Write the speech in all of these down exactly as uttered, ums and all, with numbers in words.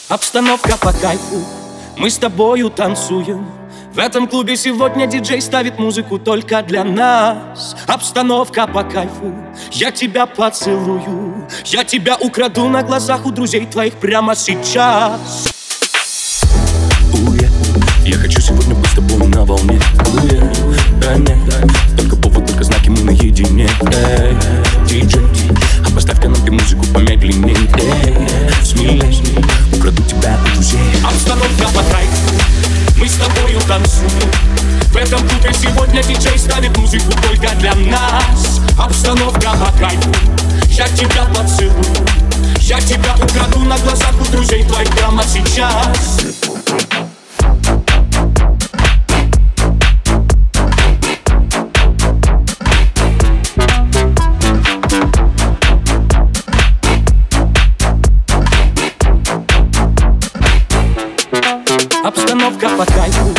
Обстановка по кайфу, мы с тобою танцуем. В этом клубе сегодня диджей ставит музыку только для нас. Обстановка по кайфу, я тебя поцелую, я тебя украду на глазах у друзей твоих прямо сейчас. Уе, я хочу сегодня быть с тобой на волне. Уе, да нет, только повод, только знаки, мы наедине. Эй, диджей, а поставь-ка нам ты музыку помедленней. Эй, смелей, украду тебя у друзей. Обстановка по кайфу, мы с тобою танцуем. В этом клубе сегодня диджей ставит музыку только для нас. Обстановка по кайфу, я тебя поцелую, я тебя украду на глазах у друзей твоих прямо сейчас. Обстановка по кайфу,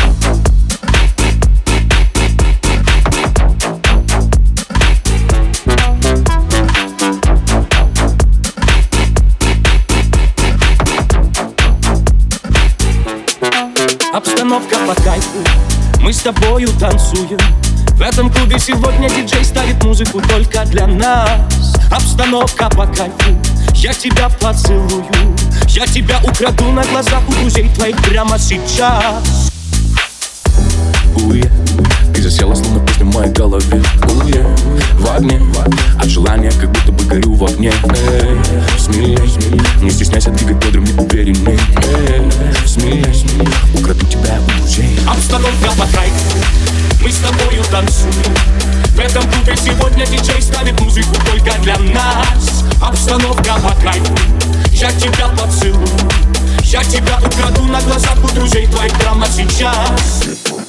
обстановка по кайфу, мы с тобою танцуем. В этом клубе сегодня диджей ставит музыку только для нас. Обстановка по кайфу, я тебя поцелую, я тебя украду на глазах у друзей твоих прямо сейчас. Уе, ты засела словно песня в моей голове. Уе, в огне, от желания как будто бы горю в огне. Эй, смелей, не стесняйся двигать бедрами уверенней. Эй, смелей, украду тебя у друзей. Обстановка по кайфу, мы с тобою танцуем. В этом клубе сегодня диджей ставит музыку только для нас. Обстановка по кайфу, я тебя поцелую, я тебя украду на глазах у друзей твоих прямо сейчас.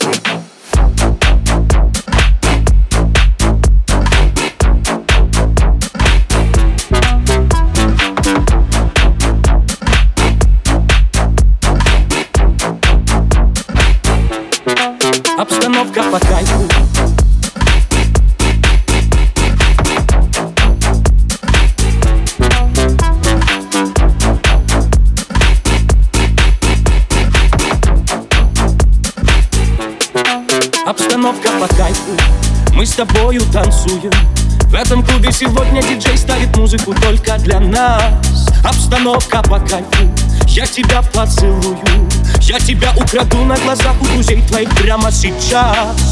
Обстановка по кайфу, обстановка по кайфу, мы с тобою танцуем. В этом клубе сегодня диджей ставит музыку только для нас. Обстановка по кайфу, я тебя поцелую, я тебя украду на глазах у друзей твоих прямо сейчас.